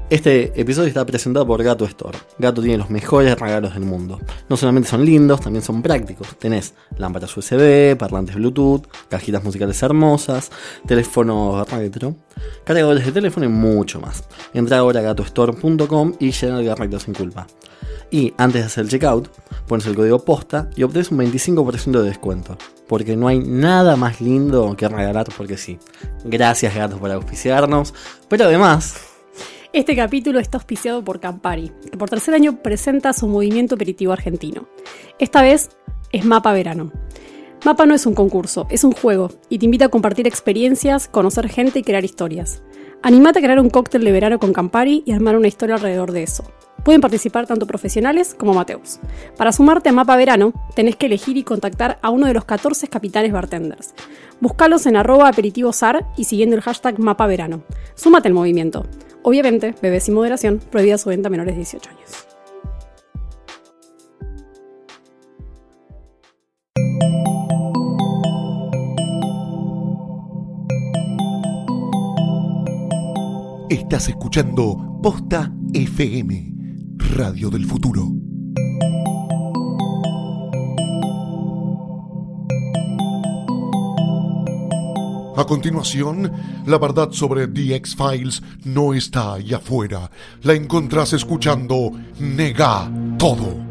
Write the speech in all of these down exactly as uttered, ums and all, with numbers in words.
Este episodio está presentado por Gato Store. Gato tiene los mejores regalos del mundo. No solamente son lindos, también son prácticos. Tenés lámparas U S B, parlantes Bluetooth, cajitas musicales hermosas, teléfonos retro, cargadores de teléfono y mucho más. Entra ahora a gato store punto com y llena el garrito sin culpa. Y antes de hacer el checkout, pones el código POSTA y obtenés un veinticinco por ciento de descuento. Porque no hay nada más lindo que regalar porque sí. Gracias, Gatos, por auspiciarnos. Pero además... Este capítulo está auspiciado por Campari, que por tercer año presenta su movimiento aperitivo argentino. Esta vez es Mapa Verano. Mapa no es un concurso, es un juego y te invita a compartir experiencias, conocer gente y crear historias. Animate a crear un cóctel de verano con Campari y armar una historia alrededor de eso. Pueden participar tanto profesionales como amateurs. Para sumarte a Mapa Verano, tenés que elegir y contactar a uno de los catorce capitanes bartenders. Búscalos en arroba aperitivosar y siguiendo el hashtag Mapa Verano. Súmate al movimiento. Obviamente, bebé sin moderación, prohibida su venta a menores de dieciocho años. Estás escuchando Posta F M, Radio del Futuro. A continuación, la verdad sobre The X-Files no está ahí afuera. La encontrás escuchando Nega Todo.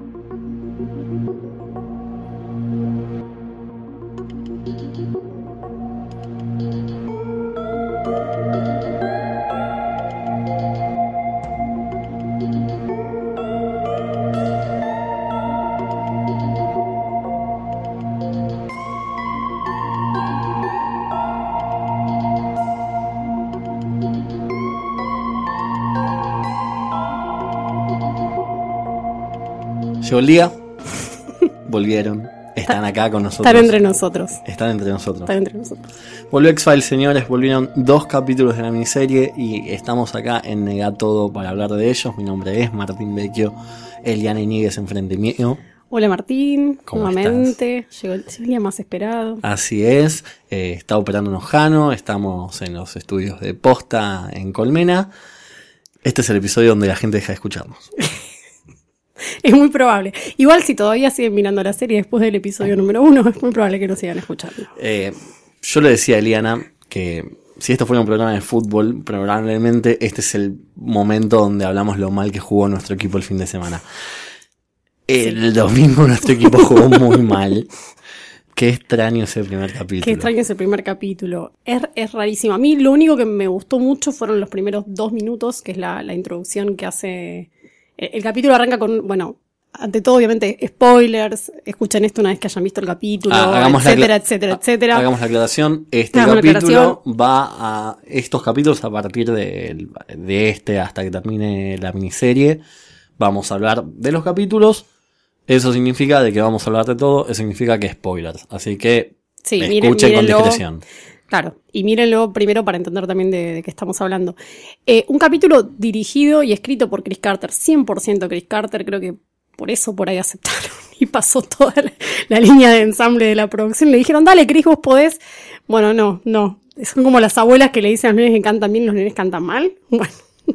Llegó el día, volvieron, están acá con nosotros. Están entre nosotros. Están entre nosotros. Están entre nosotros. Volvió X-Files, señores, volvieron dos capítulos de la miniserie y estamos acá en Nega Todo para hablar de ellos. Mi nombre es Martín Vecchio, Eliana Iñiguez enfrente mío. Hola Martín, ¿Cómo nuevamente, llegó el, llegó el día más esperado. Así es, eh, está operándonos Jano, estamos en los estudios de Posta en Colmena. Este es el episodio donde la gente deja de escucharnos. Es muy probable. Igual si todavía siguen mirando la serie después del episodio número uno, es muy probable que no sigan escuchando. Eh, yo le decía a Eliana que si esto fuera un programa de fútbol, probablemente este es el momento donde hablamos lo mal que jugó nuestro equipo el fin de semana. El sí. domingo nuestro equipo jugó muy mal. Qué extraño ese primer capítulo. Qué extraño ese primer capítulo. Es, es rarísimo. A mí lo único que me gustó mucho fueron los primeros dos minutos, que es la, la introducción que hace... El capítulo arranca con, bueno, ante todo obviamente spoilers, escuchen esto una vez que hayan visto el capítulo, ah, etcétera, acla- etcétera, etcétera. Hagamos la aclaración, este hagamos capítulo va a, estos capítulos a partir de, de este hasta que termine la miniserie, vamos a hablar de los capítulos, eso significa de que vamos a hablar de todo, eso significa que spoilers, así que sí, escuchen miren, con discreción. Claro, y mírenlo primero para entender también de, de qué estamos hablando. Eh, un capítulo dirigido y escrito por Chris Carter, cien por ciento Chris Carter, creo que por eso por ahí aceptaron y pasó toda la, la línea de ensamble de la producción. Le dijeron, dale Chris, vos podés. Bueno, no, no. Son como las abuelas que le dicen a los nenes que cantan bien y los nenes cantan mal. Bueno,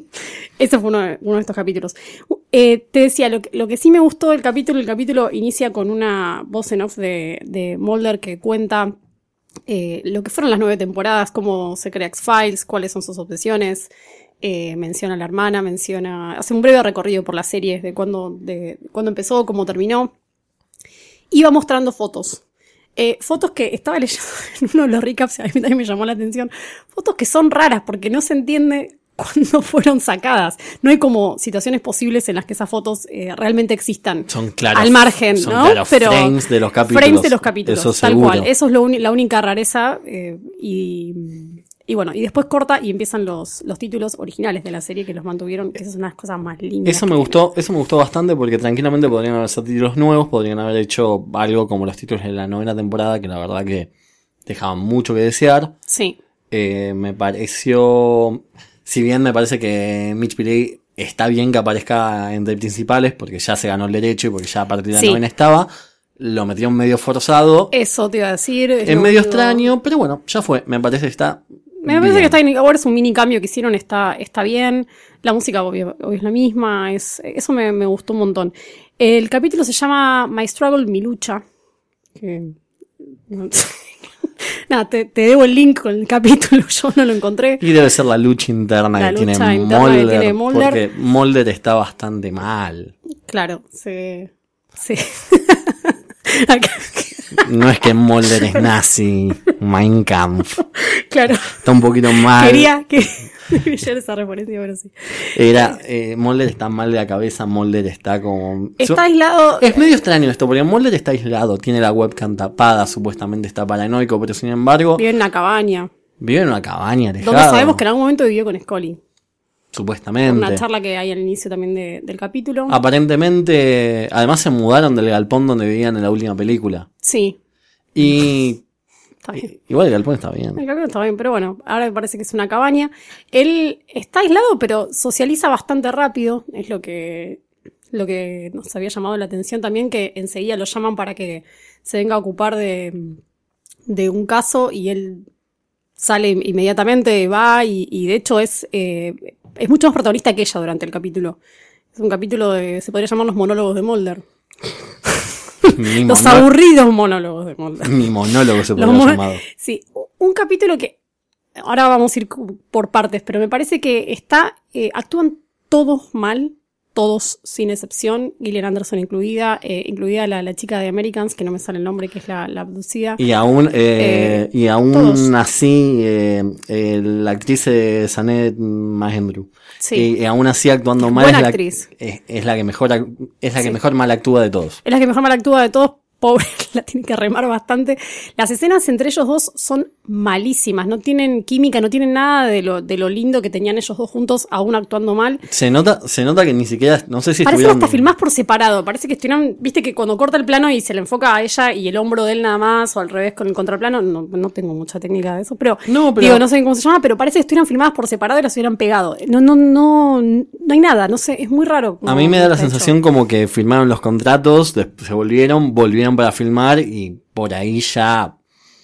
ese fue uno de, uno de estos capítulos. Eh, te decía, lo, lo que sí me gustó del capítulo, el capítulo inicia con una voz en off de, de Mulder que cuenta... Eh, lo que fueron las nueve temporadas, cómo se crea X-Files, cuáles son sus obsesiones, eh, menciona a la hermana, menciona, hace un breve recorrido por la serie de cuándo de cuándo empezó, cómo terminó, y va mostrando fotos, eh, fotos que estaba leyendo en uno de los recaps, a mí también me llamó la atención, fotos que son raras porque no se entiende cuándo fueron sacadas. No hay como situaciones posibles en las que esas fotos eh, realmente existan. Son claros. Al margen, son ¿no? Claros Pero frames de los capítulos. Frames de los capítulos, eso tal seguro. cual. Eso es lo uni- la única rareza. Eh, y, y bueno, y después corta y empiezan los, los títulos originales de la serie que los mantuvieron. Esas son unas cosas más lindas. Eso me gustó, eso me gustó bastante porque tranquilamente podrían haber sido títulos nuevos, podrían haber hecho algo como los títulos de la novena temporada, que la verdad que dejaban mucho que desear. Sí. Eh, me pareció... Si bien me parece que Mitch Pileggi está bien que aparezca entre principales, porque ya se ganó el derecho y porque ya a partir de la sí. novena estaba, lo metieron medio forzado. Eso te iba a decir. Es medio extraño, pero bueno, ya fue. Me parece que está Me parece que está bien. Ahora es un mini cambio que hicieron, está, está bien. La música obvio, obvio es la misma. Es, eso me, me gustó un montón. El capítulo se llama My Struggle, Mi Lucha. Que... Nada, te, te debo el link con el capítulo, yo no lo encontré. Y debe ser la lucha interna, la que, lucha tiene interna Mulder, que tiene Mulder. Porque Mulder está bastante mal. Claro, sí. sí. No es que Mulder es nazi, Mein Kampf. Claro. Está un poquito mal. Quería que ayer esa referencia, pero sí. Era, eh, Mulder está mal de la cabeza, Mulder está como... Está aislado. Es medio extraño esto, porque Mulder está aislado, tiene la webcam tapada, supuestamente está paranoico, pero sin embargo... Vive en una cabaña. Vive en una cabaña alejado. Donde sabemos que en algún momento vivió con Scully. Supuestamente. Una charla que hay al inicio también de, del capítulo. Aparentemente, además se mudaron del galpón donde vivían en la última película. Sí. Y... Está bien. Igual el galpón está bien. El galpón está bien, pero bueno, ahora me parece que es una cabaña. Él está aislado, pero socializa bastante rápido. Es lo que, lo que nos había llamado la atención también, que enseguida lo llaman para que se venga a ocupar de, de un caso y él sale inmediatamente, va y, y de hecho es, eh, es mucho más protagonista que ella durante el capítulo. Es un capítulo de, se podría llamar los monólogos de Mulder. Mi Los monó- aburridos monólogos de Mulder. Mi monólogo se Los podría mon- llamado. Sí, un capítulo que ahora vamos a ir por partes, pero me parece que está, eh, actúan todos mal, todos sin excepción, Gillian Anderson incluida, eh, incluida la, la chica de Americans, que no me sale el nombre, que es la, la abducida. Y aún, eh, Eh, y aún todos. así, eh, eh, la actriz de Sanet Mahendru. Sí. Y, y aún así actuando mal Buena es la, actriz. es, es la que mejor ac- es la que Sí. mejor mal actúa de todos. Es la que mejor mal actúa de todos, pobre, la tiene que remar bastante. Las escenas entre ellos dos son malísimas, no tienen química, no tienen nada de lo, de lo lindo que tenían ellos dos juntos, aún actuando mal. Se nota, se nota que ni siquiera, no sé si Parece estuvieron... hasta filmás por separado, parece que estuvieran, viste que cuando corta el plano y se le enfoca a ella y el hombro de él nada más, o al revés con el contraplano, no, no tengo mucha técnica de eso, pero, No, pero- digo, no sé cómo se llama, pero parece que estuvieran filmadas por separado y las hubieran pegado. No, no, no, no hay nada, no sé, es muy raro. A mí me da la está sensación hecho. como que firmaron los contratos, después se volvieron, volvieron para filmar y por ahí ya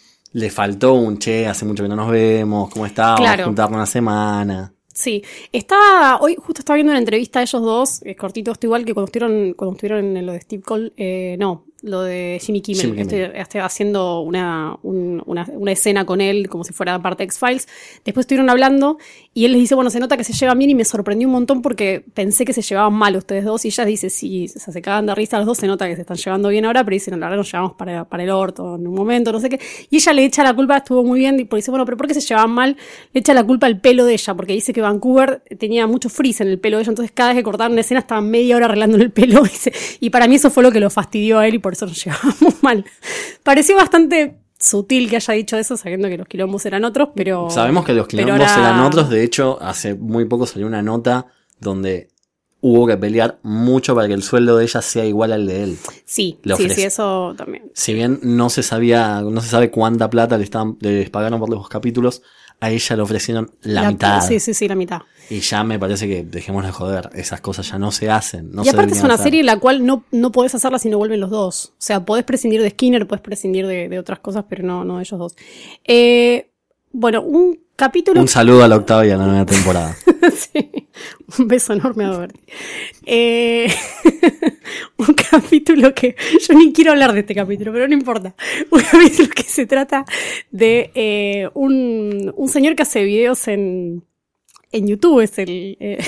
le faltó un che, hace mucho que no nos vemos, ¿cómo estábamos? Claro. Juntarnos una semana. Sí, estaba, hoy justo estaba viendo una entrevista de ellos dos, es cortito, esto igual que cuando estuvieron, cuando estuvieron en lo de Steve Cole, eh, no, lo de Jimmy Kimmel, Jimmy Kimmel. Estoy, estoy haciendo una, un- una, una escena con él como si fuera parte de X-Files, después estuvieron hablando y él les dice, bueno, se nota que se llevan bien y me sorprendió un montón porque pensé que se llevaban mal ustedes dos y ella dice, sí, o sea, se cagan de risa los dos, se nota que se están llevando bien ahora, pero dicen, la verdad nos llevamos para, para el orto en un momento, no sé qué, y ella le echa la culpa, estuvo muy bien, y porque dice, bueno, pero ¿por qué se llevaban mal? Le echa la culpa al pelo de ella, porque dice que Vancouver tenía mucho frizz en el pelo de ella, entonces cada vez que cortaban una escena estaban media hora arreglando el pelo, dice, y para mí eso fue lo que lo fastidió a él y por eso nos llevábamos mal. Pareció bastante sutil que haya dicho eso, sabiendo que los quilombos eran otros, pero... Sabemos que los pero quilombos ahora- eran otros, de hecho, hace muy poco salió una nota donde hubo que pelear mucho para que el sueldo de ella sea igual al de él. Sí, le sí, ofrece. sí, eso también. Si bien no se sabía, no se sabe cuánta plata le estaban, les pagaron por los capítulos, a ella le ofrecieron la, mitad. Sí, sí, sí, la mitad. Y ya me parece que dejemos de joder, esas cosas ya no se hacen. No y se aparte es deberían una hacer. serie en la cual no, no podés hacerla si no vuelven los dos. O sea, podés prescindir de Skinner, podés prescindir de, de otras cosas, pero no, no de ellos dos. Eh, bueno, un capítulo... Un saludo a la octava y a la nueva temporada. Sí. Un beso enorme a Doberty. Eh, un capítulo que yo ni quiero hablar de este capítulo, pero no importa. Un capítulo que se trata de eh, un, un señor que hace videos en, en YouTube. Es el... Eh,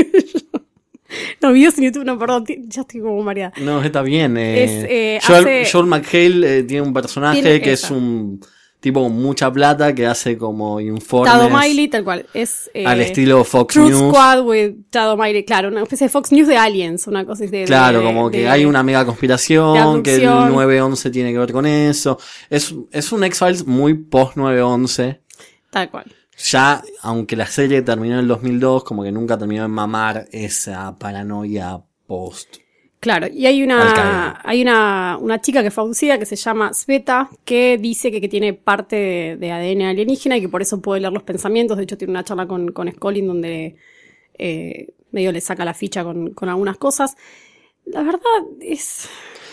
no, videos en YouTube, no, perdón, ti- ya estoy como mareada. No, está bien. Eh, Es, eh, Joel, hace- Joel McHale eh, tiene un personaje Tiene que esa. es un tipo con mucha plata que hace como informes Tado Miley, tal cual. Es, eh, al estilo Fox Truth News. Squad with Tado Miley, claro, una especie de Fox News de aliens, una cosa así de... Claro, de- como que de- hay una mega de conspiración, que el abducción. nueve once tiene que ver con eso. Es, es un X-Files muy post nueve once. Tal cual. Ya, aunque la serie terminó en el dos mil dos, como que nunca terminó de mamar esa paranoia post. Claro, y hay Al una, Qaeda. hay una, una chica que fue abducida que se llama Sveta, que dice que, que tiene parte de, de A D N alienígena y que por eso puede leer los pensamientos. De hecho, tiene una charla con, con Scully donde eh, medio le saca la ficha con, con algunas cosas. La verdad es...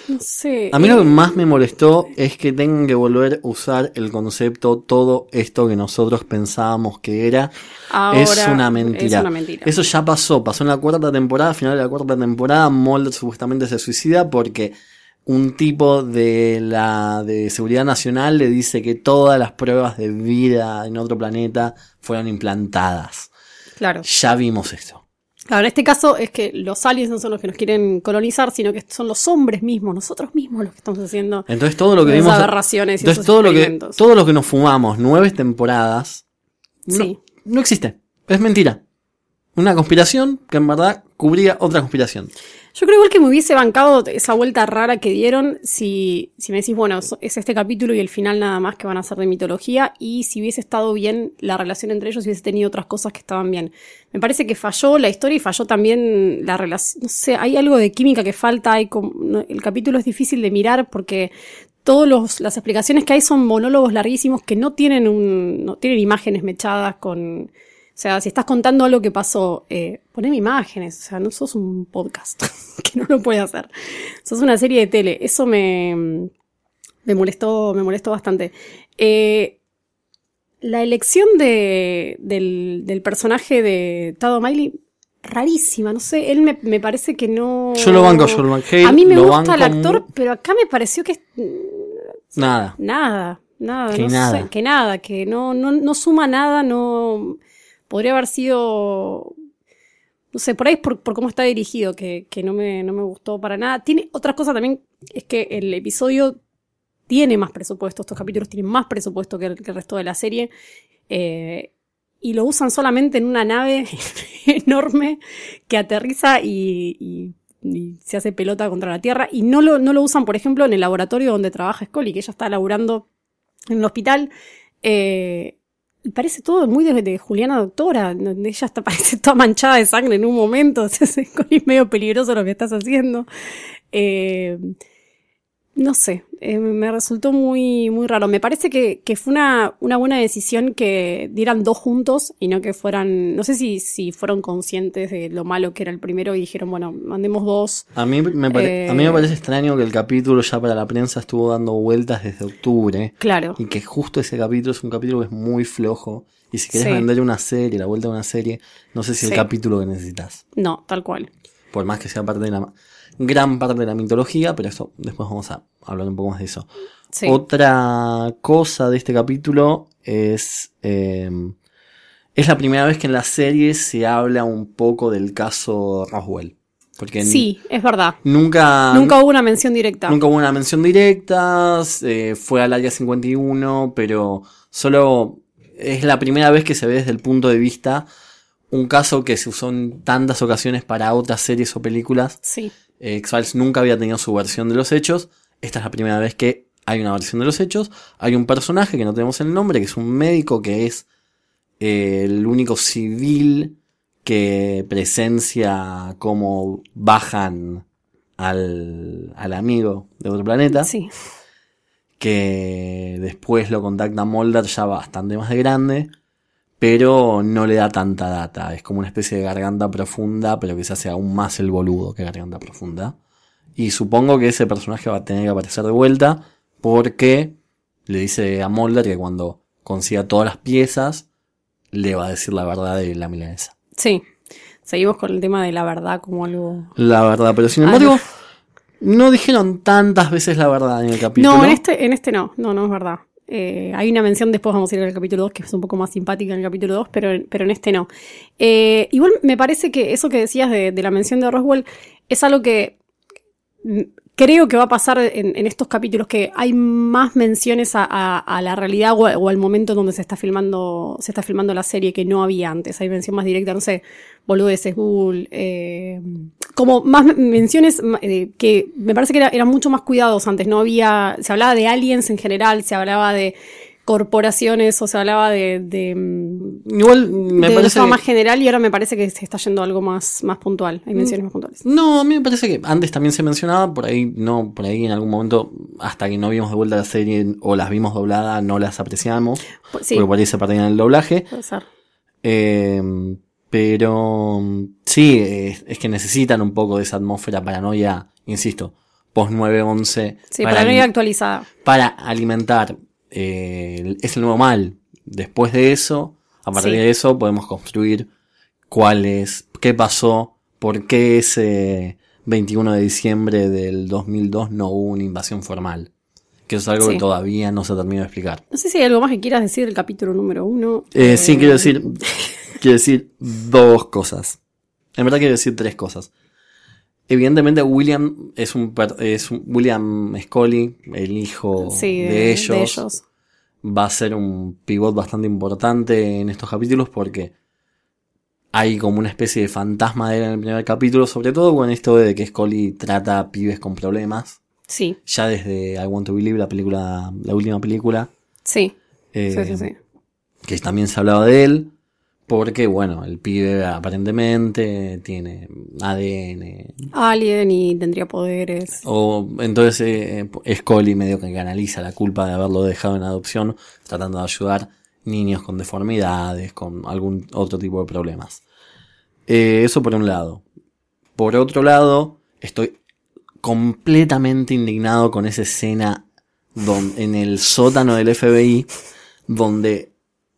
No sé. A mí lo que más me molestó es que tengan que volver a usar el concepto todo esto que nosotros pensábamos que era. Ahora es una mentira. Es una mentira. Eso ya pasó, pasó en la cuarta temporada, al final de la cuarta temporada, Mulder supuestamente se suicida porque un tipo de la de seguridad nacional le dice que todas las pruebas de vida en otro planeta fueron implantadas. Claro. Ya vimos esto. Claro, en este caso es que los aliens no son los que nos quieren colonizar, sino que son los hombres mismos, nosotros mismos los que estamos haciendo entonces todo lo que esas vimos, aberraciones y entonces esos todo lo que experimentos. todo lo que nos fumamos nueve temporadas no, Sí. no existe, es mentira. Una conspiración que en verdad cubría otra conspiración. Yo creo igual que me hubiese bancado esa vuelta rara que dieron si, si me decís, bueno, es este capítulo y el final nada más que van a ser de mitología, y si hubiese estado bien la relación entre ellos, si hubiese tenido otras cosas que estaban bien. Me parece que falló la historia y falló también la relación. No sé, hay algo de química que falta. Hay como, no, el capítulo es difícil de mirar porque todas las explicaciones que hay son monólogos larguísimos que no tienen un, no tienen imágenes mechadas con... O sea, si estás contando algo que pasó, eh, poneme imágenes. O sea, no sos un podcast que no lo puede hacer. Sos una serie de tele. Eso me, me molestó, me molestó bastante. Eh, la elección de, del, del personaje de Tad O'Malley, rarísima. No sé, él me, me parece que no... Yo lo banco, yo lo banqué. A mí me lo gusta el banco actor, mu- pero acá me pareció que... Nada. Nada, nada, Que no nada. sé, que nada, que no, no, no suma nada, no... Podría haber sido, no sé, por ahí es por, por cómo está dirigido, que, que no me, no me gustó para nada. Tiene otra cosa también, es que el episodio tiene más presupuesto, estos capítulos tienen más presupuesto que el, que el resto de la serie, eh, y lo usan solamente en una nave enorme que aterriza y, y, y se hace pelota contra la Tierra, y no lo, no lo usan, por ejemplo, en el laboratorio donde trabaja Scully, que ella está laburando en un hospital, eh, y parece todo muy de, de Juliana Doctora, donde ella está, parece toda manchada de sangre en un momento, o sea, es medio peligroso lo que estás haciendo. Eh, no sé, eh, me resultó muy, muy raro. Me parece que, que fue una, una buena decisión que dieran dos juntos y no que fueran, no sé si, si fueron conscientes de lo malo que era el primero y dijeron, bueno, mandemos dos. A mí, me pare- Eh, a mí me parece extraño que el capítulo ya para la prensa estuvo dando vueltas desde octubre. Claro. Y que justo ese capítulo es un capítulo que es muy flojo. Y si querés Sí. vender una serie, la vuelta de una serie, no sé si Sí. el capítulo que necesitas. No, tal cual. Por más que sea parte de la gran parte de la mitología, pero eso después vamos a hablar un poco más de eso. Sí. Otra cosa de este capítulo es eh, es la primera vez que en la serie se habla un poco del caso Roswell. Porque Sí, es verdad. nunca Nunca hubo una mención directa. Nunca hubo una mención directa, eh, fue al área cincuenta y uno, pero solo es la primera vez que se ve desde el punto de vista un caso que se usó en tantas ocasiones para otras series o películas. Sí. Eh, X-Files nunca había tenido su versión de los hechos. Esta es la primera vez que hay una versión de los hechos. Hay un personaje que no tenemos el nombre, que es un médico, que es eh, el único civil que presencia cómo bajan al, al amigo de otro planeta. Sí. Que después lo contacta Mulder ya bastante más de grande, pero no le da tanta data. Es como una especie de garganta profunda, pero que se hace aún más el boludo que garganta profunda. Y supongo que ese personaje va a tener que aparecer de vuelta, porque le dice a Mulder que cuando consiga todas las piezas, le va a decir la verdad de la milanesa. Sí. Seguimos con el tema de la verdad como algo... La verdad, pero sin Ah, embargo, no dijeron tantas veces la verdad en el capítulo. No, en este, en este no. No, no es verdad. Eh, hay una mención, después vamos a ir al capítulo dos, que es un poco más simpática en el capítulo dos, pero, pero en este no. Eh, igual me parece que eso que decías de, de la mención de Roswell es algo que mm, creo que va a pasar en, en estos capítulos, que hay más menciones a, a, a la realidad o, o al momento donde se está filmando se está filmando la serie que no había antes. Hay mención más directa, no sé, boludeces, Google, eh, como más menciones eh, que me parece que era, eran mucho más cuidados antes. No había, se hablaba de aliens en general, se hablaba de corporaciones o se hablaba de, de, Igual me de parece una forma que- más general, y ahora me parece que se está yendo a algo más, más puntual. Hay menciones más puntuales. No, a mí me parece que antes también se mencionaba, por ahí no, por ahí en algún momento, hasta que no vimos de vuelta la serie o las vimos dobladas, no las apreciamos, Pues sí, porque por ahí se perdían el doblaje. puede ser. Eh, pero sí, es, es que necesitan un poco de esa atmósfera paranoia, insisto, post nueve once. Sí, para, para no ir actualizada. Para alimentar, eh, es el nuevo mal. Después de eso, a partir sí. de eso, podemos construir cuál es, qué pasó, por qué ese veintiuno de diciembre del dos mil dos no hubo una invasión formal. Que es algo sí. que todavía no se terminó de explicar. No sé si hay algo más que quieras decir del capítulo número uno. Eh, eh... Sí, quiero decir, quiero decir dos cosas. En verdad quiero decir tres cosas. Evidentemente William es un, es un William Scully, el hijo sí, de, de, ellos, de ellos. Va a ser un pivot bastante importante en estos capítulos porque hay como una especie de fantasma de él en el primer capítulo, sobre todo con esto de que Scully trata a pibes con problemas. Sí. Ya desde I Want to Believe, la película, la última película. Sí. Eh, sí, sí, sí. Que también se hablaba de él. Porque, bueno, el pibe aparentemente tiene A D N. Alien y tendría poderes. O entonces eh, Scully medio que canaliza la culpa de haberlo dejado en adopción, tratando de ayudar niños con deformidades, con algún otro tipo de problemas. Eh, eso por un lado. Por otro lado, estoy completamente indignado con esa escena donde, en el sótano del F B I, donde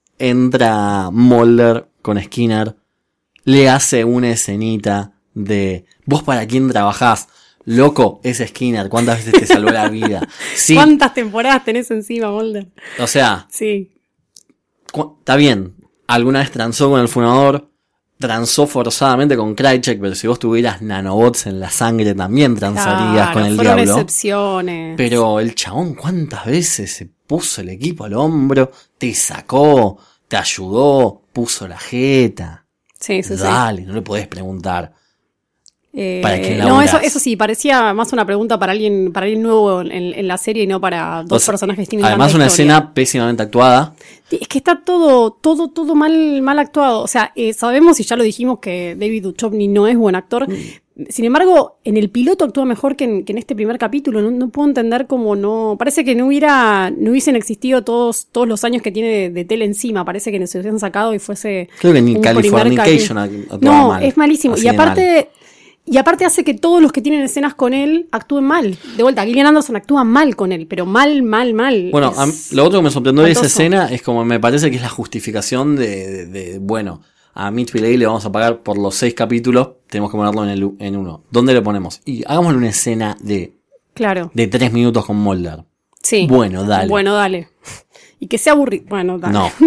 entra Mulder con Skinner, le hace una escenita de ¿vos para quién trabajás? Loco, es Skinner, ¿cuántas veces te salvó la vida? Sí. ¿Cuántas temporadas tenés encima, Mulder? O sea, sí. Cu- está bien, alguna vez transó con el fumador, transó forzadamente con Krychek, pero si vos tuvieras nanobots en la sangre también transarías claro, con el fueron diablo. Excepciones. Pero el chabón, ¿cuántas veces se puso el equipo al hombro, te sacó, te ayudó, puso la jeta? Sí, sí, Dale, sí. no le podés preguntar. Eh, ¿Para qué no, laburás? eso, eso sí, parecía más una pregunta para alguien, para alguien nuevo en, en la serie y no para dos o sea, personajes que tienen además tanta una historia. escena pésimamente actuada. Es que está todo, todo, todo mal, mal actuado. O sea, eh, sabemos y ya lo dijimos que David Duchovny no es buen actor. Mm. Sin embargo, en el piloto actúa mejor que en, que en este primer capítulo. No, no puedo entender cómo no. Parece que no hubiera, no hubiesen existido todos, todos los años que tiene de, de tele encima. Parece que se hubiesen sacado y fuese. Creo que ni Californication actuaba No, mal. es malísimo. Así y aparte. Y aparte hace que todos los que tienen escenas con él actúen mal. De vuelta, Gillian Anderson actúa mal con él, pero mal, mal, mal. Bueno, a, lo otro que me sorprendió de esa escena es como me parece que es la justificación de, de, de bueno, a Mitch Pileggi le vamos a pagar por los seis capítulos, tenemos que ponerlo en, el, en uno. ¿Dónde le ponemos? Y hagámosle una escena de, claro. de tres minutos con Mulder. Sí. Bueno, dale. Bueno, dale. Y que sea aburrido. Bueno, dale. No.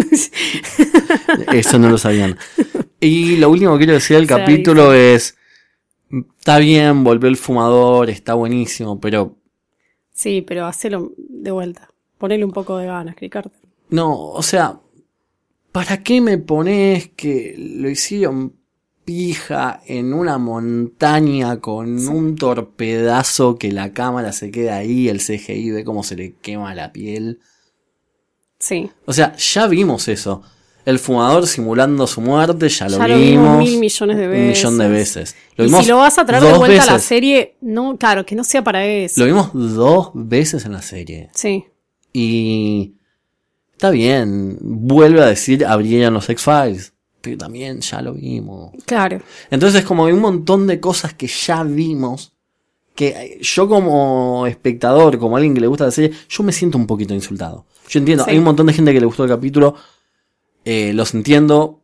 Eso no lo sabían. Y lo último que quiero decir del capítulo es... Está bien, volvió el fumador, está buenísimo, pero... Sí, pero hacelo de vuelta. Ponele un poco de ganas, Chris Carter. No, o sea, ¿para qué me pones que lo hicieron pija en una montaña con sí. un torpedazo que la cámara se queda ahí, el C G I ve cómo se le quema la piel? Sí. O sea, ya vimos eso. El fumador simulando su muerte, ya lo ya vimos. Lo vimos mil millones de veces. Un millón de veces. Lo y vimos si lo vas a traer de vuelta veces. a la serie, no, claro, que no sea para eso. Lo vimos dos veces en la serie. Sí. Y está bien, vuelve a decir abrieron los X-Files, pero también ya lo vimos. Claro. Entonces como hay un montón de cosas que ya vimos, que yo como espectador, como alguien que le gusta la serie, yo me siento un poquito insultado. Yo entiendo, sí. Hay un montón de gente que le gustó el capítulo, eh, los entiendo.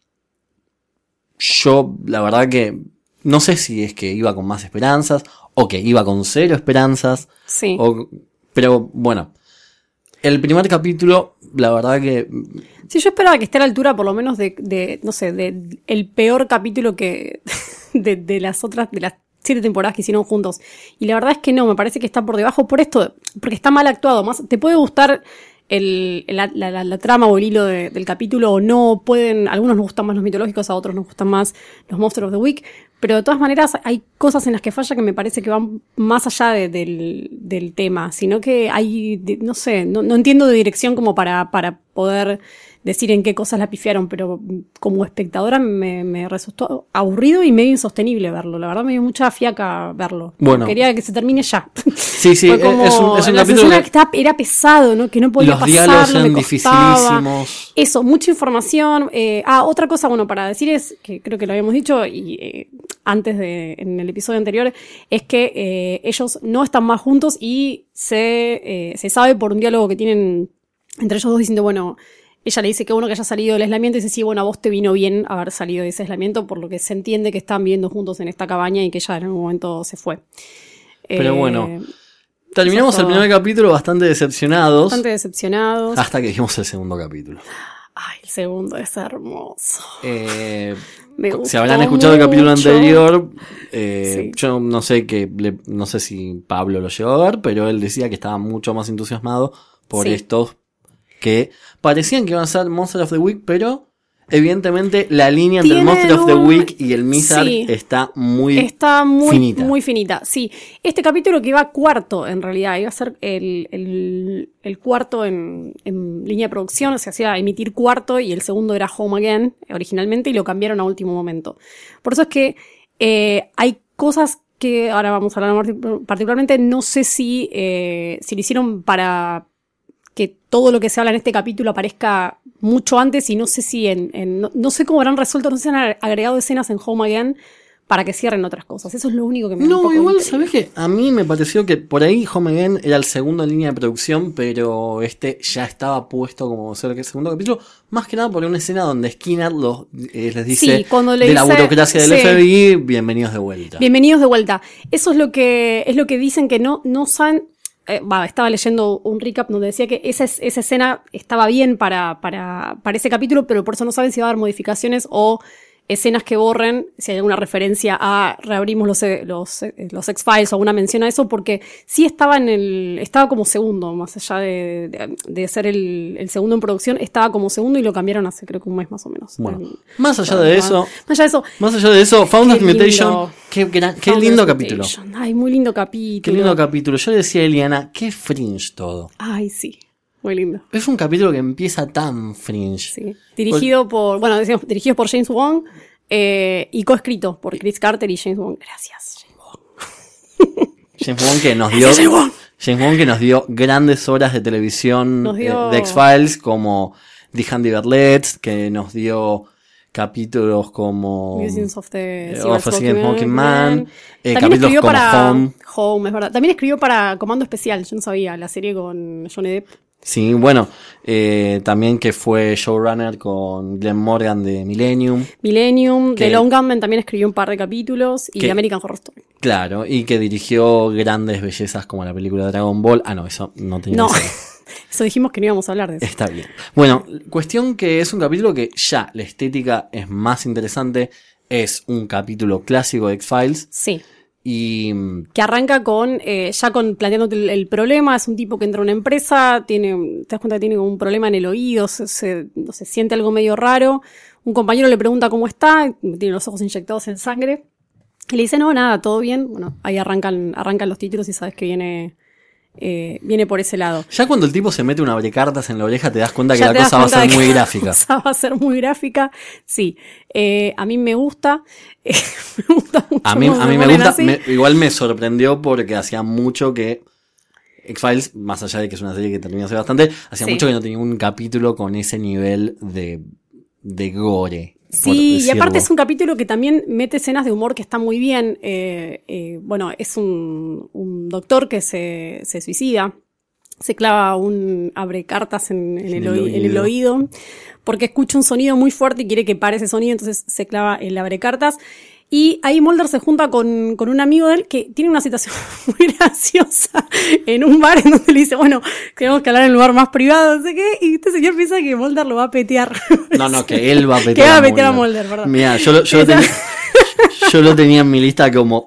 Yo, la verdad que no sé si es que iba con más esperanzas o que iba con cero esperanzas. Sí. O, pero bueno, el primer capítulo, la verdad que... Sí, yo esperaba que esté a la altura por lo menos de, de no sé, de el peor capítulo que de, de las otras, de las siete temporadas que hicieron juntos. Y la verdad es que no, me parece que está por debajo por esto, porque está mal actuado. Más te puede gustar el, la, la, la, la trama o el hilo de, del capítulo o no, pueden, a algunos nos gustan más los mitológicos, a otros nos gustan más los Monsters of the Week, pero de todas maneras hay cosas en las que falla que me parece que van más allá de, del, del tema, sino que hay, de, no sé, no, no entiendo de dirección como para, para poder decir en qué cosas la pifiaron, pero como espectadora me, me resultó aburrido y medio insostenible verlo. La verdad me dio mucha fiaca verlo. Bueno. Quería que se termine ya. Sí, sí, Fue como es un, es un la capítulo escena que, que estaba, era pesado, ¿no? Que no podía los pasarlo, diálogos me eran costaba. dificilísimos. Eso, mucha información. Eh, ah, otra cosa, bueno, para decir es, que creo que lo habíamos dicho y eh, antes de, en el episodio anterior, es que eh, ellos no están más juntos y se, eh, se sabe por un diálogo que tienen entre ellos dos diciendo, bueno, ella le dice que uno que haya salido del aislamiento y dice, sí, bueno, a vos te vino bien haber salido de ese aislamiento, por lo que se entiende que están viviendo juntos en esta cabaña y que ella en algún momento se fue. Pero eh, bueno, terminamos exacto. el primer capítulo bastante decepcionados. Bastante decepcionados. Hasta que vimos el segundo capítulo. Ay, el segundo es hermoso. Eh, Me si gustó habrán escuchado el capítulo mucho. anterior, eh, Sí. yo no sé que le- no sé si Pablo lo llegó a ver, pero él decía que estaba mucho más entusiasmado por Sí. estos que parecían que iban a ser Monster of the Week, pero evidentemente la línea entre el Tienen Monster of the un- Week y el Mizar Sí. está muy Está muy finita. muy finita. Sí, este capítulo que iba cuarto en realidad, iba a ser el, el, el cuarto en, en línea de producción, se hacía emitir cuarto y el segundo era Home Again originalmente y lo cambiaron a último momento. Por eso es que eh, hay cosas que ahora vamos a hablar más particularmente, no sé si, eh, si lo hicieron para que todo lo que se habla en este capítulo aparezca mucho antes y no sé si en, en no, no sé cómo habrán resuelto, no sé si han agregado escenas en Home Again para que cierren otras cosas. Eso es lo único que me da un No, poco de igual, intriga. ¿sabés qué? A mí me pareció que por ahí Home Again era el segundo en línea de producción, pero este ya estaba puesto como ser el segundo capítulo, más que nada por una escena donde Skinner los, eh, les dice Sí, cuando le de la dice- burocracia del sí. F B I, bienvenidos de vuelta. Bienvenidos de vuelta. Eso es lo que es lo que dicen que no no saben. Eh, va, estaba leyendo un recap donde decía que esa, es- esa escena estaba bien para, para, para ese capítulo, pero por eso no saben si va a haber modificaciones o escenas que borren, si hay alguna referencia a reabrimos los, eh, los, eh, los X-Files o alguna mención a eso, porque sí estaba en el, estaba como segundo, más allá de, de, de ser el, el segundo en producción, estaba como segundo y lo cambiaron hace creo que un mes más o menos. Bueno, El- más allá de eso, Más allá de eso, más allá de eso, Founders Qué lindo. Mutation, qué, gran- qué Founders lindo Mutation. capítulo. Ay, muy lindo capítulo. Qué lindo capítulo. Yo le decía a Eliana, qué fringe todo. Ay, sí. Muy lindo. Es un capítulo que empieza tan fringe. Sí. Dirigido por, bueno, decíamos, dirigido por James Wan eh, y coescrito por Chris Carter y James Wan. Gracias, James Wan. James Wan que nos dio James Wan. James Wan que nos dio grandes horas de televisión Nos dio- eh, de X-Files como The Handy Berlets, que nos dio capítulos como Musings of the eh, Silver of a Smoking Silver Smoking Man, Man. eh, También capítulos escribió como para Home. Home, es verdad. También escribió para Comando Especial, yo no sabía, la serie con Johnny Depp. Sí, bueno, eh, también que fue showrunner con Glenn Morgan de Millennium, Millennium, Que- The Long Gunman también escribió un par de capítulos y Que- American Horror Story. claro, y que dirigió grandes bellezas como la película de Dragon Ball. Ah, no, eso no tenía No, que ser. eso dijimos que no íbamos a hablar de eso. Está bien. Bueno, cuestión que es un capítulo que ya la estética es más interesante, es un capítulo clásico de X-Files Sí. y mm, Que arranca con, eh, ya con planteándote el, el problema, es un tipo que entra a una empresa, tiene, te das cuenta que tiene como un problema en el oído, se, se, no sé, siente algo medio raro, un compañero le pregunta cómo está, tiene los ojos inyectados en sangre, y le dice, no, nada, todo bien, bueno, ahí arrancan, arrancan los títulos y sabes que viene, eh, viene por ese lado. ya cuando el tipo se mete una abrecartas en la oreja te das cuenta que Ya la te das cosa va a cuenta ser de muy que gráfica. La cosa va a ser muy gráfica, sí. Eh, a mí me gusta, eh, me gusta mucho A mí, cómo a se mí me ponen gusta, así. me- igual me sorprendió porque hacía mucho que X-Files, más allá de que es una serie que terminó hace bastante, hacía Sí. mucho que no tenía un capítulo con ese nivel de, de gore. por Sí, y decirlo. aparte es un capítulo que también mete escenas de humor que está muy bien. Eh, eh, bueno, es un, un doctor que se, se suicida, se clava un abre cartas en, en, En el, el oí- en el oído. oído porque escucha un sonido muy fuerte y quiere que pare ese sonido, entonces se clava el abre cartas. Y ahí Mulder se junta con, con un amigo de él que tiene una situación muy graciosa en un bar en donde le dice, bueno, tenemos que hablar en un lugar más privado, no sé qué, y este señor piensa que Mulder lo va a petear. No, no, que él va a petear Que va a a petear a Mulder. Mulder, perdón. Mira, yo, lo- yo, lo Esa- tenía, yo lo tenía en mi lista como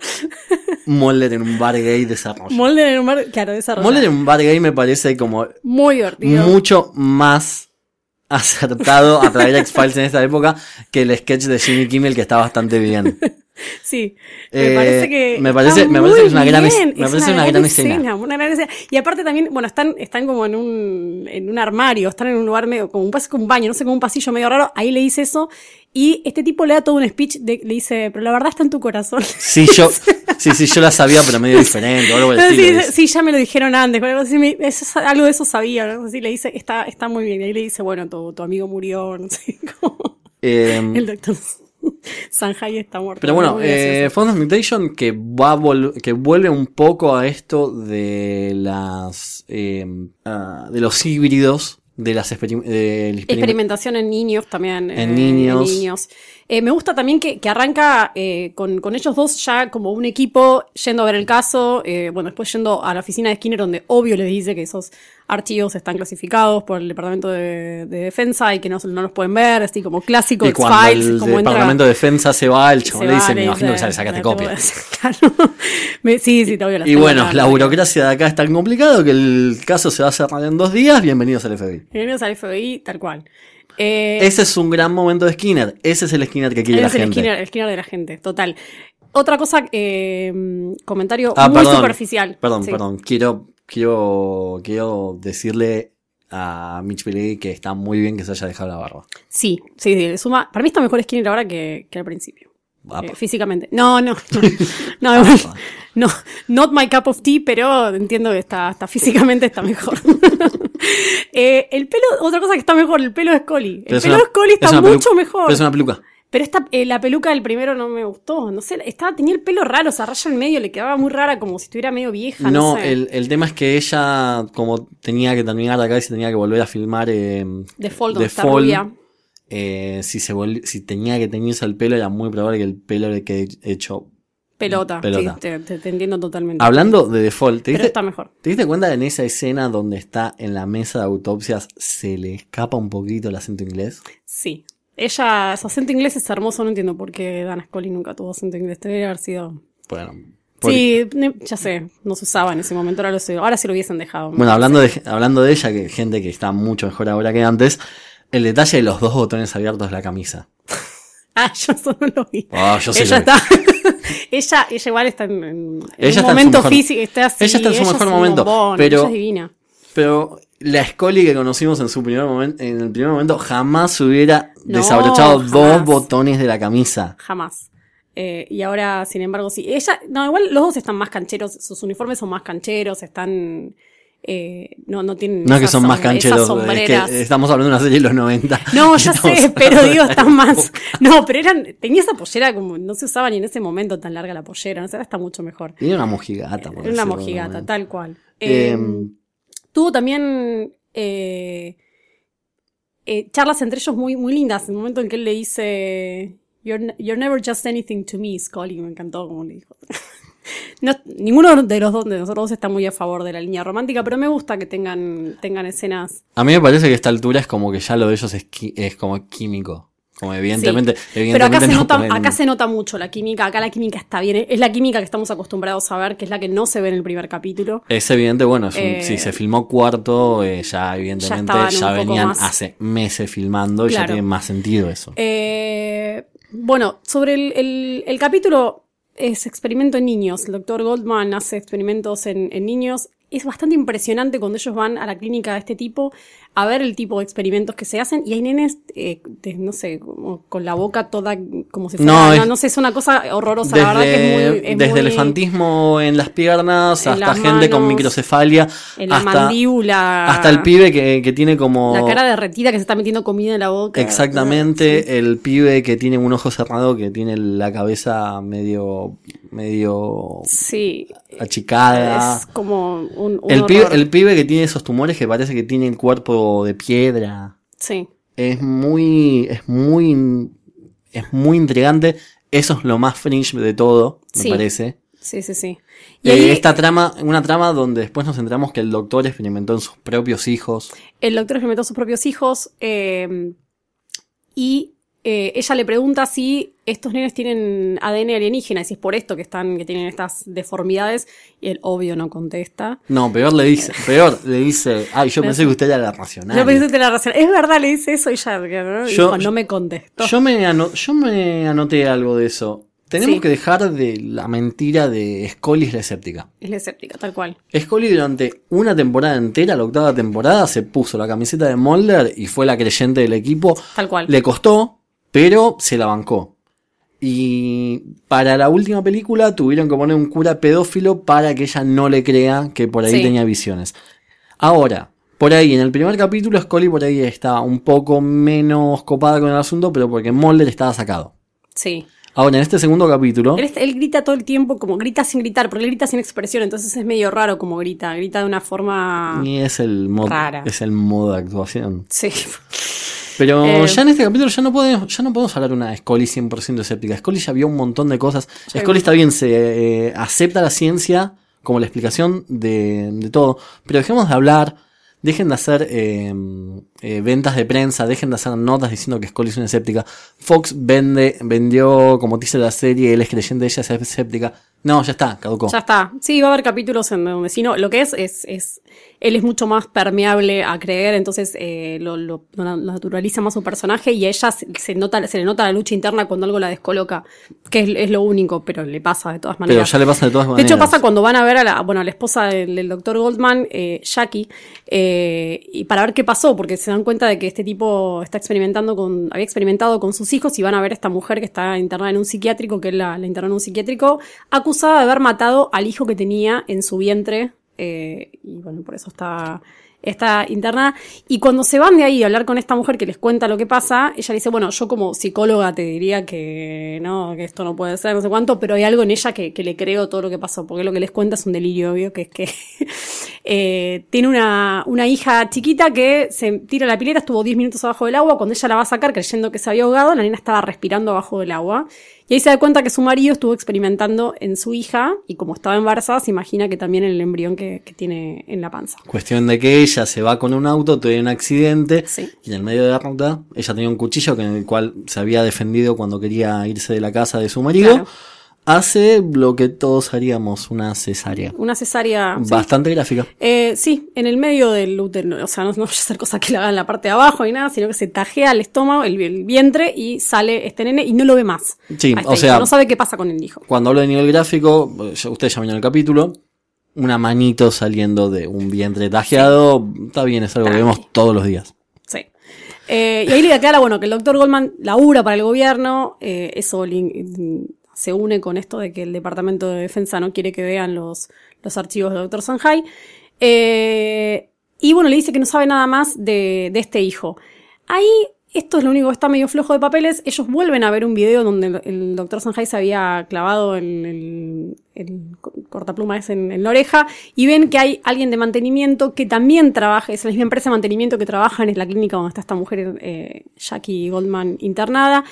Mulder en un bar gay desarrollo. Mulder en un bar, claro, desarrollado. Mulder en un bar gay me parece como Muy divertido. mucho más acertado a traer a X-Files en esta época que el sketch de Jimmy Kimmel, que está bastante bien. Sí, me Eh, parece que me parece- está me parece que es muy una gran es- bien, me es parece una gran escena. una gran escena. Y aparte también, bueno, están, están como en un, en un armario, están en un lugar medio, como un, pas- como un baño, no sé, como un pasillo medio raro, ahí le dice eso, y este tipo le da todo un speech, de, le dice, pero la verdad está en tu corazón. Sí, yo, sí, sí, yo la sabía, pero medio diferente, o algo por el Sí, estilo. sí, sí, ya me lo dijeron antes, algo así, me- eso es- algo de eso sabía, ¿no? Así le dice, está, está muy bien, y ahí le dice, bueno, tu, tu amigo murió, no sé, como Eh, el doctor Sanjay está muerto. Pero bueno, Muy gracioso. eh, Phones Mutation que va a vol- que vuelve un poco a esto de las eh, ah, de los híbridos, de las experim- del experim- Experimentación en niños también. En eh, niños. en niños. Eh, me gusta también que, que arranca eh, con, con ellos dos ya como un equipo yendo a ver el caso, eh, bueno, después yendo a la oficina de Skinner donde obvio les dice que esos archivos están clasificados por el Departamento de, de Defensa y que no, no los pueden ver, así como clásico, Y cuando X-Files, el como entra- Departamento de Defensa se va, el se chabón le va, dice, me le imagino que dice, ya le sacaste "Me copia. tengo que- Claro. Me- sí, sí, todavía las Y tengo bueno, acá, la todavía. burocracia de acá es tan complicado que el caso se va a cerrar en dos días. Bienvenidos al F B I. Bienvenidos al F B I, tal cual. Eh, Ese es un gran momento de Skinner. Ese es el Skinner que quiere Ese la es el gente. Skinner, el Skinner de la gente, total. Otra cosa, eh, comentario Ah, muy perdón, superficial. Perdón, Sí. perdón. Quiero, quiero, quiero decirle a Mitch Pileggi que está muy bien que se haya dejado la barba. Sí, sí, sí, le suma. Para mí está mejor Skinner ahora que, que al principio. Apa. Eh, físicamente. No, no, no. No, igual, no, not my cup of tea, pero entiendo que está, está físicamente está mejor. eh, el pelo, otra cosa que está mejor, el pelo de Scully. El Pero es pelo una- de Scully está es una pelu- mucho mejor. Pero es una peluca. Pero esta, eh, la peluca del primero no me gustó. No sé, estaba, tenía el pelo raro, esa raya en medio le quedaba muy rara, como si estuviera medio vieja. No, No, sé. el, el tema es que ella, como tenía que terminar acá y se tenía que volver a filmar eh, De Fall, donde The está Fall, rubia. eh, si, se volv- si tenía que teñirse el pelo, era muy probable que el pelo le quede hecho. Pelota, Pelota. sí, te, te- te entiendo totalmente. Hablando de The Fall, ¿te Pero diste, está mejor. ¿te diste cuenta en esa escena donde está en la mesa de autopsias se le escapa un poquito el acento inglés? Sí. Ella, su acento inglés es hermoso, no entiendo por qué Dana Scully nunca tuvo acento inglés. Debería haber sido. Bueno, porque- Sí, ne- ya sé, no se usaba en ese momento, ahora, lo sé, ahora sí lo hubiesen dejado. me Bueno, parece. hablando de, hablando de ella, que gente que está mucho mejor ahora que antes, el detalle de los dos botones abiertos de la camisa. Ah, yo eso no lo vi. Ah, yo sí ella lo vi. está. ella, ella igual está en, en- en Ella un está en su momento mejor- físico. Está así, ella está en su ella mejor es un momento, bombón, pero- ella es divina. Pero la Scully que conocimos en su primer momento, en el primer momento, jamás hubiera No, desabrochado jamás. dos botones de la camisa. Jamás. Eh, y ahora, sin embargo, sí. Ella, no, igual los dos están más cancheros, sus uniformes son más cancheros, están. Eh, no, no tienen. No es que esas son más som- cancheros, esas es sombreras. que estamos hablando de una serie de los noventa. No, ya Estamos sé, pero hablando digo, de están la más. época. No, pero eran. Tenía esa pollera como. No se usaba ni en ese momento tan larga la pollera, no sé, ahora está mucho mejor. Tiene una mojigata. por Era una decirlo de alguna mojigata, manera. tal cual. Eh, Eh, tuvo también. Eh, eh, charlas entre ellos muy, muy lindas. En el momento en que él le dice. You're, you're never just anything to me, Scully. Me encantó como le dijo. No, ninguno de los dos de nosotros dos está muy a favor de la línea romántica, pero me gusta que tengan, tengan escenas. A mí me parece que a esta altura es como que ya lo de ellos es, qui- es como químico. Como evidentemente, Sí. Pero evidentemente acá se, no nota, pueden- acá se nota mucho la química, acá la química está bien, es la química que estamos acostumbrados a ver, que es la que no se ve en el primer capítulo. Es evidente, bueno, es un- Eh, si se filmó cuarto, eh, ya evidentemente estaban ya, un poco venían más. hace meses filmando y ya Claro. tiene más sentido eso. Eh, bueno, sobre el, el, el capítulo es experimento en niños. El doctor Goldman hace experimentos en, en niños. Es bastante impresionante cuando ellos van a la clínica de este tipo a ver el tipo de experimentos que se hacen. Y hay nenes, eh, de- no sé, como con la boca toda como si fuera... No, No, es- no sé, es una cosa horrorosa. La verdad que es muy... es desde muy- elefantismo en las piernas en hasta las gente con manos, microcefalia, en la hasta, mandíbula. hasta el pibe que, que tiene como... La cara derretida que se está metiendo comida en la boca. Exactamente, Sí. el pibe que tiene un ojo cerrado, que tiene la cabeza medio, medio Sí. achicada. Es como un, un El pibe, horror. el pibe que tiene esos tumores que parece que tiene el cuerpo de piedra. Sí. Es muy, es muy, es muy intrigante. Eso es lo más fringe de todo, me Sí. parece. Sí, sí, sí. Y Y ahí esta trama, una trama donde después nos enteramos que el doctor experimentó en sus propios hijos. el doctor experimentó a sus propios hijos eh, y eh, ella le pregunta si estos nenes tienen A D N alienígena y si es por esto que están, que tienen estas deformidades, y él obvio no contesta. No, peor le dice, peor le dice, ay, yo pensé que usted era la racional. Yo pensé que la razón. Es verdad, le dice eso y ella ¿no? Yo- Dijo, no me contestó. Yo me, ano- yo me anoté algo de eso. tenemos Sí. que dejar de la mentira de Scully es la escéptica. Es la escéptica, tal cual. Scully durante una temporada entera, la octava temporada, se puso la camiseta de Mulder y fue la creyente del equipo. Tal cual. Le costó, pero se la bancó. Y para la última película tuvieron que poner un cura pedófilo para que ella no le crea que por ahí Sí. tenía visiones. Ahora, por ahí, en el primer capítulo, Scully por ahí estaba un poco menos copada con el asunto, pero porque Mulder estaba sacado. Sí. Ahora, en este segundo capítulo, Él, él grita todo el tiempo, como grita sin gritar, porque él grita sin expresión, entonces es medio raro como grita. Grita de una forma y es el modo, rara. es el modo de actuación. Sí. Pero Eh, ya en este capítulo ya no podemos, ya no podemos hablar de una Scully cien por ciento escéptica. Scully ya vio un montón de cosas. Ya Scully vi. está bien, se eh, acepta la ciencia como la explicación de, de todo, pero dejemos de hablar. Dejen de hacer eh, eh, ventas de prensa, dejen de hacer notas diciendo que Scully es una escéptica. Fox vende, vendió como teaser la serie, él es creyente, ella es escéptica. No, ya está, caducó. Ya está. Sí, va a haber capítulos en donde si no, lo que es, es, es, él es mucho más permeable a creer, entonces eh, lo, lo, lo naturaliza más su personaje y a ella se, se nota, se le nota la lucha interna cuando algo la descoloca, que es, es lo único, pero le pasa de todas Pero maneras. ya le pasa de todas De maneras. hecho pasa cuando van a ver a la, bueno, a la esposa del, del doctor Goldman, eh, Jackie, eh, y para ver qué pasó, porque se dan cuenta de que este tipo está experimentando con, había experimentado con sus hijos y van a ver a esta mujer que está internada en un psiquiátrico, que él la, la internó en un psiquiátrico, acusada de haber matado al hijo que tenía en su vientre, eh, y bueno, por eso está, está internada. Y cuando se van de ahí a hablar con esta mujer que les cuenta lo que pasa, ella le dice, bueno, yo como psicóloga te diría que no, que esto no puede ser, no sé cuánto, pero hay algo en ella que, que le creo todo lo que pasó, porque lo que les cuenta es un delirio obvio, que es que eh, tiene una, una hija chiquita que se tira a la pileta, estuvo diez minutos abajo del agua, cuando ella la va a sacar creyendo que se había ahogado, la nena estaba respirando abajo del agua. Y ahí se da cuenta que su marido estuvo experimentando en su hija y como estaba embarazada se imagina que también en el embrión que, que tiene en la panza. Cuestión de que ella se va con un auto, tiene un accidente, Sí. y en el medio de la ruta, ella tenía un cuchillo con el cual se había defendido cuando quería irse de la casa de su marido. Claro. Hace lo que todos haríamos, una cesárea. Una cesárea. sí. Bastante gráfica. Eh, sí, en el medio del útero, o sea, no, no voy a hacer cosas que la hagan en la parte de abajo ni nada, sino que se tajea el estómago, el, el vientre y sale este nene y no lo ve más. Sí, a este o sea- hijo. No sabe qué pasa con el hijo. Cuando hablo de nivel gráfico, ya- ustedes ya vieron el capítulo, una manito saliendo de un vientre tajeado, está bien, es algo que Tranqui. vemos todos los días. Sí. Eh, y ahí le aclara, bueno, que el doctor Goldman labura para el gobierno, eh, eso lin- se une con esto de que el Departamento de Defensa no quiere que vean los, los archivos del doctor Sanjay. Eh, y bueno, le dice que no sabe nada más de, de este hijo. Ahí, esto es lo único que está medio flojo de papeles. Ellos vuelven a ver un video donde el, el doctor Sanjay se había clavado el, el, el cortapluma ese en, en la oreja y ven que hay alguien de mantenimiento que también trabaja, es la misma empresa de mantenimiento que trabaja en la clínica donde está esta mujer, eh, Jackie Goldman, internada.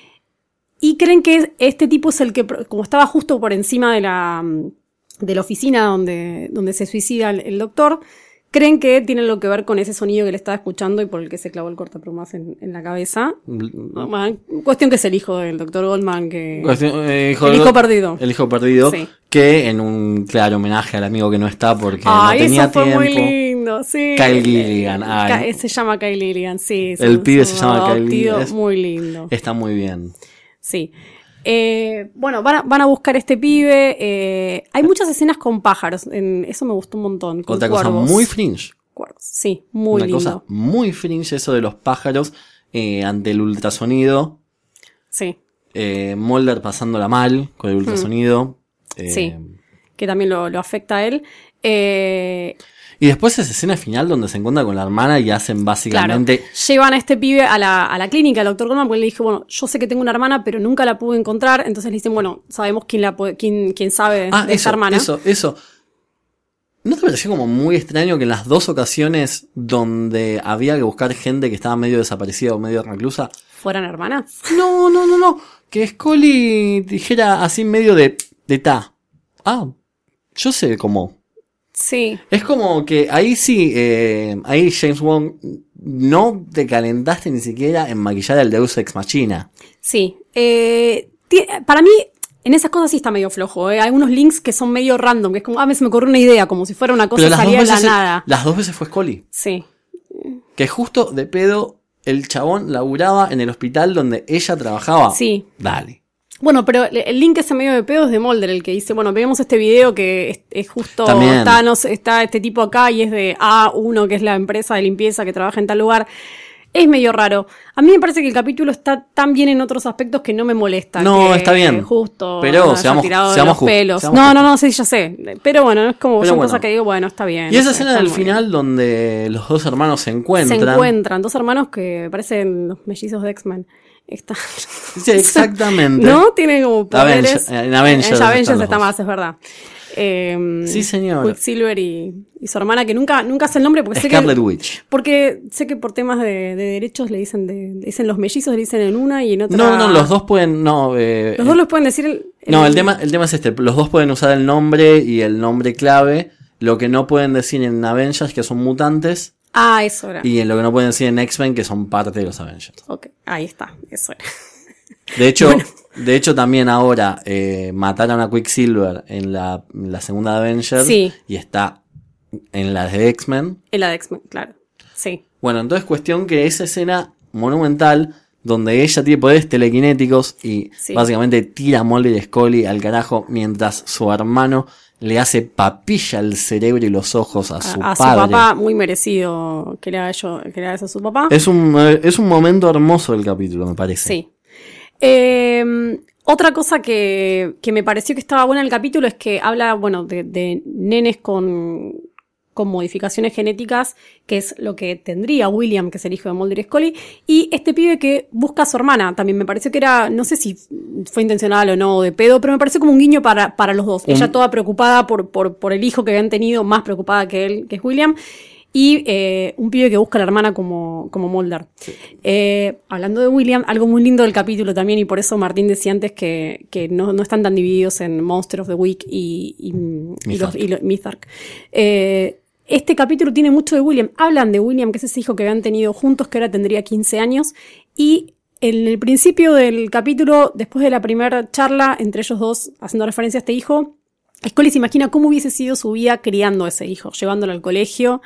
Y creen que este tipo es el que, como estaba justo por encima de la, de la oficina donde, donde se suicida el, el doctor, creen que tiene algo que ver con ese sonido que le estaba escuchando y por el que se clavó el cortaplumas en, en la cabeza. Bueno, cuestión que es el hijo del doctor Goldman, que... Cuestión- eh, hijo El del- hijo perdido. El hijo perdido, Sí. que en un claro homenaje al amigo que no está porque Ay, no tenía eso fue tiempo. muy lindo, sí. Kyle Gilligan, ay. Ka- Se llama Kyle Gilligan, sí. El su- pibe su se llama Kyle adoptivo, Gilligan, es- muy lindo. Está muy bien. Sí. Eh, bueno, van a, van a buscar este pibe. Eh, hay muchas escenas con pájaros. En, eso me gustó un montón. Con Otra cosa cuervos. muy fringe. Cuervos, sí, muy Una lindo. cosa muy fringe, eso de los pájaros eh, ante el ultrasonido. Sí, Eh, Mulder pasándola mal con el ultrasonido. Eh, sí. Que también lo, lo afecta a él. Eh, Y después esa escena final donde se encuentra con la hermana y hacen claro, básicamente... llevan a este pibe a la, a la clínica, al doctor Goldman, porque le dije, bueno, yo sé que tengo una hermana, pero nunca la pude encontrar. Entonces le dicen, bueno, sabemos quién la puede, quién, quién sabe Ah, de eso, esta hermana. eso, eso. ¿No te pareció como muy extraño que en las dos ocasiones donde había que buscar gente que estaba medio desaparecida o medio reclusa? ¿Fueran hermanas? No, no, no, no. Que Scully dijera así medio de, de ta. Ah, yo sé cómo. Sí. Es como que ahí sí, eh, ahí James Wan no te calentaste ni siquiera en maquillar al Deus Ex Machina. Sí. Eh, ti- para mí, en esas cosas sí está medio flojo. ¿eh? Hay algunos links que son medio random, que es como, ah, me se me ocurrió una idea, como si fuera una cosa Pero las dos, salida de la veces, nada. las dos veces fue Scully. Sí. Que justo de pedo el chabón laburaba en el hospital donde ella trabajaba. Sí. Dale. Bueno, pero el link ese medio de pedo es de Mulder, el que dice, bueno, veamos este video que es, es justo, está, no sé, está este tipo acá y es de A uno, que es la empresa de limpieza que trabaja en tal lugar. Es medio raro. A mí me parece que el capítulo está tan bien en otros aspectos que no me molesta. No, que está bien. Justo. Pero haya seamos, tirado seamos los justos, pelos. seamos No, justos. no, no, sí, ya sé. Pero bueno, es como Pero son bueno. cosas que digo, bueno, está bien. Y esa no sé, escena está del muy final bien. donde los dos hermanos se encuentran. Se encuentran, dos hermanos que parecen los mellizos de X-Men. Están... Sí, exactamente. ¿No? Tiene como poderes. Avenger- en Avengers En Avengers están los está dos. más, es verdad. Eh, Sí, señor. Quicksilver y, y su hermana, que nunca, nunca sé el nombre porque sé Scarlet que... Witch. Porque sé que por temas de, de derechos le dicen de, le dicen los mellizos, le dicen en una y en otra... No, no, los dos pueden... No, eh, Los dos los pueden decir... El, el- no el, tema, el tema es este. Los dos pueden usar el nombre y el nombre clave. Lo que no pueden decir en Avengers, que son mutantes. Ah, eso era. Y en lo que no pueden decir en X-Men, que son parte de los Avengers. Ok, ahí está, eso era. De hecho, Bueno. de hecho también ahora eh, mataron a Quicksilver en la, en la segunda Avengers. Sí. Y está en la de X-Men. En la de X-Men, claro. Sí. Bueno, entonces cuestión que esa escena monumental donde ella tiene poderes telequinéticos y Sí. básicamente tira a Mulder y Scully al carajo mientras su hermano le hace papilla al cerebro y los ojos a su a, a su padre. papá, muy merecido que le haga, yo, que le haga eso a su papá. Es un, eh, es un momento hermoso del capítulo, me parece. Sí. Eh, otra cosa que, que me pareció que estaba buena en el capítulo es que habla, bueno, de, de nenes con, con modificaciones genéticas, que es lo que tendría William, que es el hijo de Mulder y Scully, y este pibe que busca a su hermana. También me pareció que era, no sé si fue intencional o no, de pedo, pero me pareció como un guiño para, para los dos. Un- Ella toda preocupada por, por, por el hijo que habían tenido, más preocupada que él, que es William. Y eh, un pibe que busca a la hermana como, como Mulder. Eh, hablando de William, algo muy lindo del capítulo también, y por eso Martín decía antes que, que no, no están tan divididos en Monster of the Week y, y, y los, y los Mythark. Eh, este capítulo tiene mucho de William. Hablan de William, que es ese hijo que habían tenido juntos, que ahora tendría quince años. Y en el principio del capítulo, después de la primera charla entre ellos dos, haciendo referencia a este hijo, Scully se imagina cómo hubiese sido su vida criando a ese hijo, llevándolo al colegio,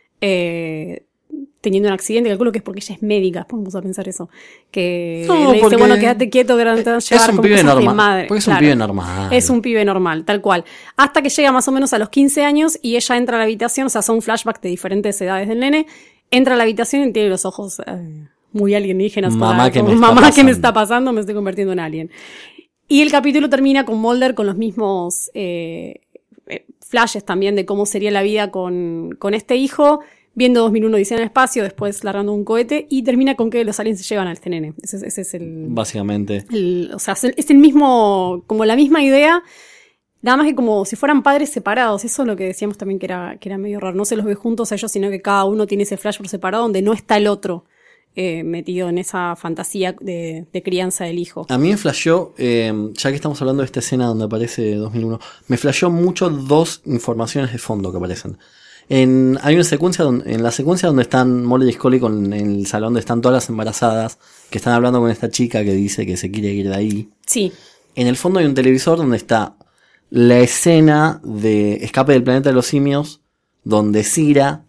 Eh, teniendo un accidente, calculo que es porque ella es médica, después vamos a pensar eso, que No, le dice, porque bueno, quédate quieto, que ahora te van a llevar Es un como pibe cosas de normal. madre. Porque es un Claro. pibe normal. Es un pibe normal, tal cual. Hasta que llega más o menos a los quince años y ella entra a la habitación, o sea, son flashbacks de diferentes edades del nene, entra a la habitación y tiene los ojos eh, muy alienígenas. Mamá, para- ¿qué me como, está mamá, ¿qué me pasando? está pasando? Me estoy convirtiendo en alien. Y el capítulo termina con Mulder con los mismos eh, eh, flashes también de cómo sería la vida con, con este hijo, viendo dos mil uno Odisea en el espacio, después largando un cohete, y termina con que los aliens se llevan a este nene. Ese, es- ese es el, Básicamente. el- o sea, es el, es el mismo, como la misma idea, nada más que como si fueran padres separados. Eso es lo que decíamos también que era, que era medio raro. No se los ve juntos a ellos, sino que cada uno tiene ese flash por separado donde no está el otro eh, metido en esa fantasía de, de crianza del hijo. A mí me flasheó, eh, ya que estamos hablando de esta escena donde aparece dos mil uno, me flasheó mucho dos informaciones de fondo que aparecen. En, hay una secuencia donde, en la secuencia donde están Mulder y Scully con, en el salón donde están todas las embarazadas, que están hablando con esta chica que dice que se quiere ir de ahí. Sí, En el fondo hay un televisor donde está la escena de Escape del Planeta de los Simios, donde Cira,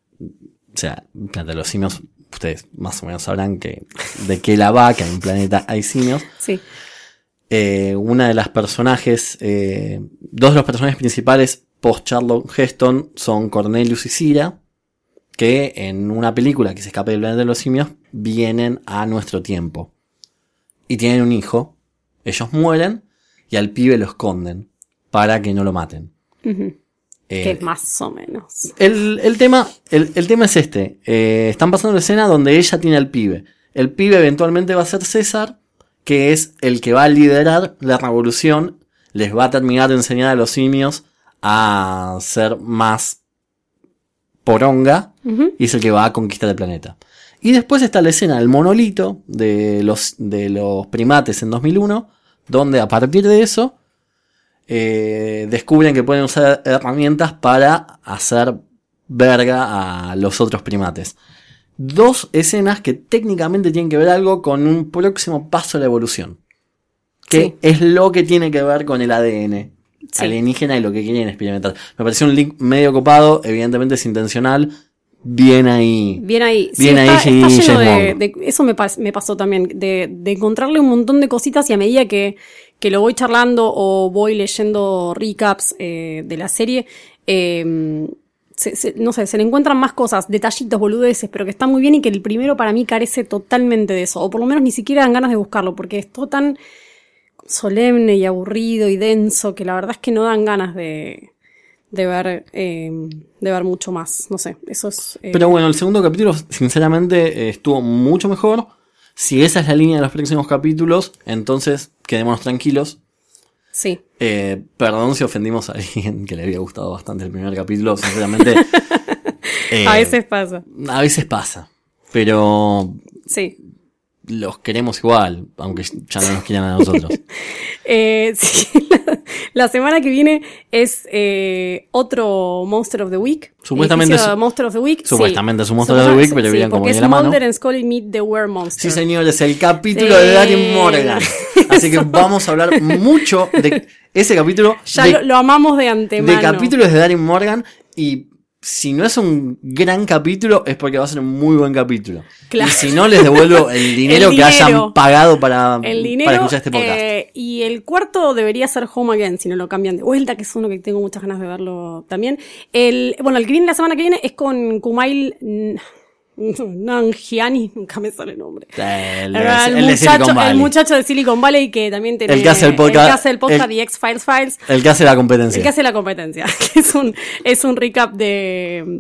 o sea, el Planeta de los Simios, ustedes más o menos sabrán que de qué la va, que en un planeta hay simios. sí. Eh, una de las personajes, eh, dos de los personajes principales post Charlton Heston son Cornelius y Cira, que en una película que se escape del planeta de los simios vienen a nuestro tiempo y tienen un hijo. Ellos mueren y al pibe lo esconden para que no lo maten. Ujú. Eh, Que más o menos. el, el tema, el, el tema es este. Eh, están pasando la escena donde ella tiene al pibe. El pibe eventualmente va a ser César, que es el que va a liderar la revolución. Les va a terminar de enseñar a los simios a ser más poronga. Ujú. Y es el que va a conquistar el planeta. Y después está la escena del monolito de los, de los primates en dos mil uno, donde a partir de eso eh, descubren que pueden usar herramientas para hacer verga a los otros primates. Dos escenas que técnicamente tienen que ver algo con un próximo paso de la evolución. Que Sí. es lo que tiene que ver con el A D N Sí. alienígena y lo que quieren experimentar. Me pareció un link medio copado, evidentemente es intencional. Bien ahí. Bien ahí. Sí, Bien está, ahí, está sí, lleno James de, Bond. de- eso me, pas- me pasó también, de, de encontrarle un montón de cositas y a medida que, que lo voy charlando o voy leyendo recaps eh, de la serie, eh, se, se- no sé, se le encuentran más cosas, detallitos, boludeces, pero que están muy bien y que el primero para mí carece totalmente de eso, o por lo menos ni siquiera dan ganas de buscarlo, porque es todo tan solemne y aburrido y denso que la verdad es que no dan ganas de, de ver eh, de ver mucho más, no sé, eso es... eh, Pero bueno, el segundo capítulo, sinceramente, eh, estuvo mucho mejor. Si esa es la línea de los próximos capítulos, entonces quedémonos tranquilos. sí. Eh, perdón si ofendimos a alguien que le había gustado bastante el primer capítulo, sinceramente. eh, A veces pasa. A veces pasa. Pero Sí. los queremos igual, aunque ya no nos quieran a nosotros. Eh, sí. La, la semana que viene es eh, otro Monster of the Week. Supuestamente Edificio es- Monster of the Week. supuestamente sí. es un Monster of the Week, pero sí, vivían como porque de es la mano. Mulder and Scully Meet the Werewolf. Sí, señores, el capítulo Sí. de Darin Morgan. Así que vamos a hablar mucho de ese capítulo. Ya de, lo, lo amamos de antemano. de capítulos de Darin Morgan. Y si no es un gran capítulo, es porque va a ser un muy buen capítulo. Claro. Y si no, les devuelvo el dinero, El que hayan dinero. pagado para, El dinero, para escuchar este podcast. eh, y el cuarto debería ser Home Again, si no lo cambian de vuelta, que es uno que tengo muchas ganas de verlo también. El, bueno, el que viene la semana que viene es con Kumail N- Nanjiani, nunca me sale el nombre. El, El, el de muchacho, Silicon Valley. el muchacho de Silicon Valley que también tiene El que hace el podcast- el que hace el podcast el- The X-Files Files, El que hace la competencia. el que hace la competencia, que es un, es un recap de,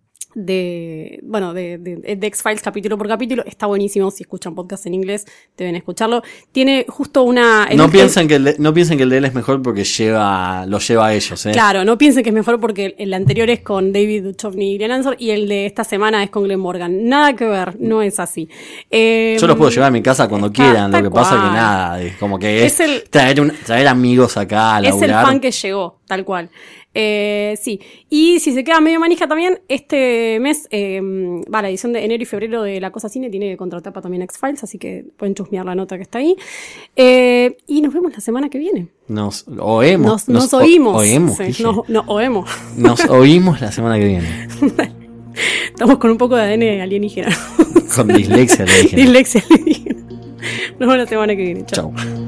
de, bueno, de, de, de X-Files capítulo por capítulo. Está buenísimo. Si escuchan podcast en inglés, deben escucharlo. Tiene justo una... el- No el- piensen, que el de, no piensen que el de él es mejor porque lleva, lo lleva a ellos, ¿eh? Claro, no piensen que es mejor porque el, el anterior es con David Duchovny y Glenn Ansor y el de esta semana es con Glenn Morgan. Nada que ver, no es así. Eh, Yo los puedo llevar a mi casa cuando está- quieran, lo tal que pasa cual. que nada, es como que es, Es el- traer, un, traer amigos acá a Es el laburar. fan que llegó, tal cual. Eh, sí. Y si se queda medio manija también, este mes, eh, va, la edición de enero y febrero de La Cosa Cine tiene de contratapa también X-Files, así que pueden chusmear la nota que está ahí. Eh, y nos vemos la semana que viene. Nos oemos. Nos, nos o- oímos. oemos, Sí, dije. nos, nos oemos. Nos oímos la semana que viene. Estamos con un poco de A D N alienígena. Con dislexia le dije. Dislexia alienígena. Nos vemos la semana que viene. Chao. Chau.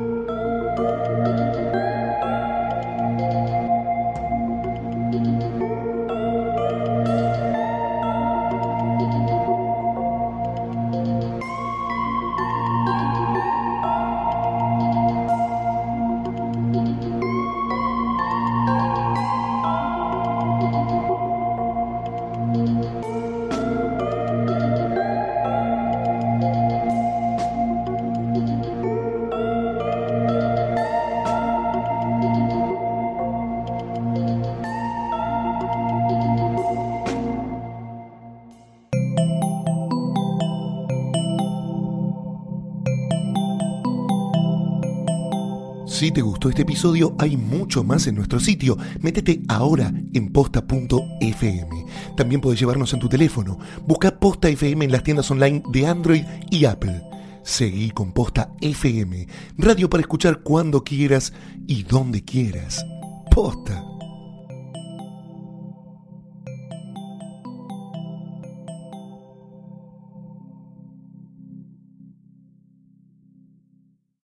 Si te gustó este episodio, hay mucho más en nuestro sitio. Métete ahora en posta punto f m. También puedes llevarnos en tu teléfono. Busca Posta F M en las tiendas online de Android y Apple. Seguí con Posta F M, radio para escuchar cuando quieras y donde quieras. Posta.